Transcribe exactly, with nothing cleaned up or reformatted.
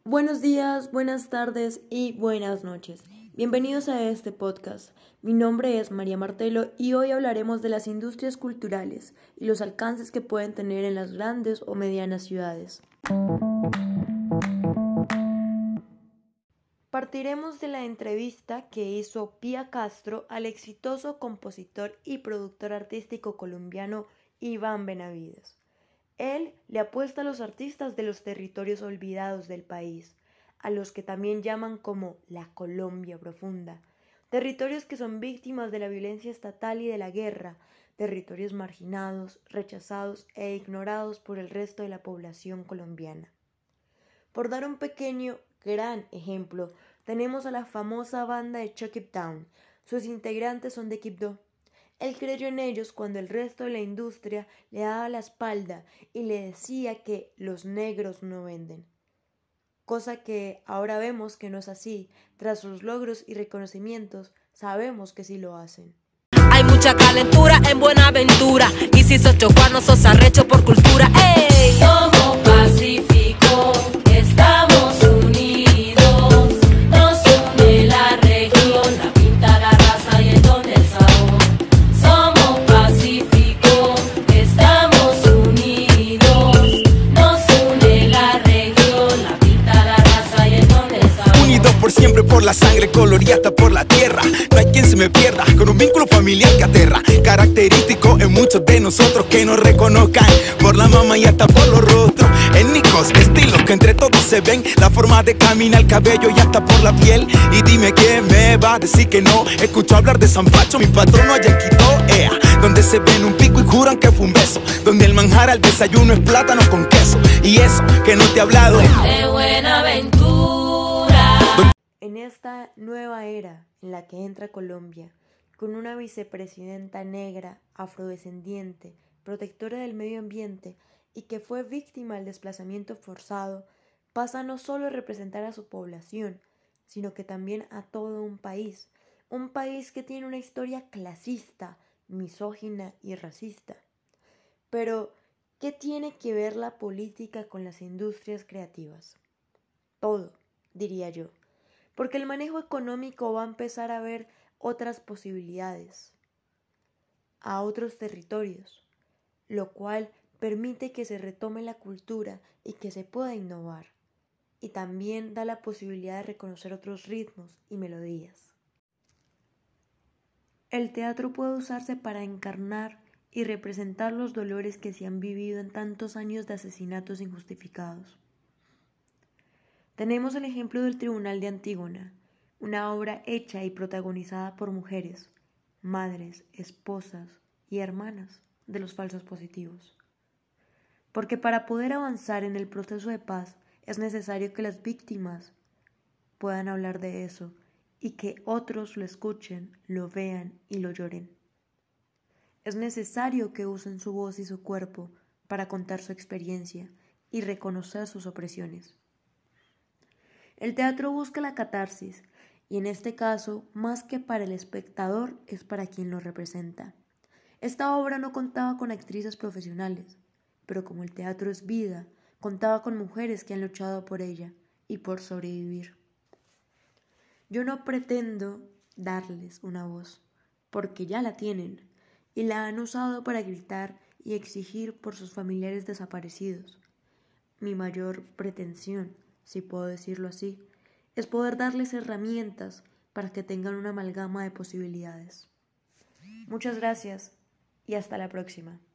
Buenos días, buenas tardes y buenas noches. Bienvenidos a este podcast. Mi nombre es María Martelo y hoy hablaremos de las industrias culturales y los alcances que pueden tener en las grandes o medianas ciudades. Partiremos de la entrevista que hizo Pía Castro al exitoso compositor y productor artístico colombiano Iván Benavides. Él le apuesta a los artistas de los territorios olvidados del país, a los que también llaman como la Colombia profunda, territorios que son víctimas de la violencia estatal y de la guerra, territorios marginados, rechazados e ignorados por el resto de la población colombiana. Por dar un pequeño, gran ejemplo, tenemos a la famosa banda de Chuck It Down. Sus integrantes son de Quibdó. Él creyó en ellos cuando el resto de la industria le daba la espalda y le decía que los negros no venden. Cosa que ahora vemos que no es así. Tras sus logros y reconocimientos, sabemos que sí lo hacen. Hay mucha calentura en Buenaventura, y si sos chocuano sos arrecho por cultura. ¡Ey! Somos Pacífico, estamos unidos, nos une la región, la pinta, la raza y el don del sabor. Somos Pacífico, estamos unidos, nos une la región, la pinta, la raza y el don del sabor. Unidos por siempre por la sangre colorida por la tierra. No hay quien se me pierda, con un vínculo familiar que aterra. Característico en muchos de nosotros que nos reconozcan por la mama y hasta por los rostros. Étnicos, estilos que entre todos se ven, la forma de caminar, el cabello y hasta por la piel. Y dime quién me va a decir que no. Escucho hablar de San Pacho, mi patrono allá en Quito, ea, donde se ven un pico y juran que fue un beso, donde el manjar al desayuno es plátano con queso. Y eso que no te he hablado de Buenaventura. En esta nueva era en la que entra Colombia, con una vicepresidenta negra, afrodescendiente, protectora del medio ambiente y que fue víctima del desplazamiento forzado, pasa no solo a representar a su población, sino que también a todo un país, un país que tiene una historia clasista, misógina y racista. Pero, ¿qué tiene que ver la política con las industrias creativas? Todo, diría yo. Porque el manejo económico va a empezar a ver otras posibilidades, a otros territorios, lo cual permite que se retome la cultura y que se pueda innovar, y también da la posibilidad de reconocer otros ritmos y melodías. El teatro puede usarse para encarnar y representar los dolores que se han vivido en tantos años de asesinatos injustificados. Tenemos el ejemplo del Tribunal de Antígona, una obra hecha y protagonizada por mujeres, madres, esposas y hermanas de los falsos positivos. Porque para poder avanzar en el proceso de paz es necesario que las víctimas puedan hablar de eso y que otros lo escuchen, lo vean y lo lloren. Es necesario que usen su voz y su cuerpo para contar su experiencia y reconocer sus opresiones. El teatro busca la catarsis, y en este caso, más que para el espectador, es para quien lo representa. Esta obra no contaba con actrices profesionales, pero como el teatro es vida, contaba con mujeres que han luchado por ella y por sobrevivir. Yo no pretendo darles una voz, porque ya la tienen, y la han usado para gritar y exigir por sus familiares desaparecidos. Mi mayor pretensión, si puedo decirlo así, es poder darles herramientas para que tengan una amalgama de posibilidades. Muchas gracias y hasta la próxima.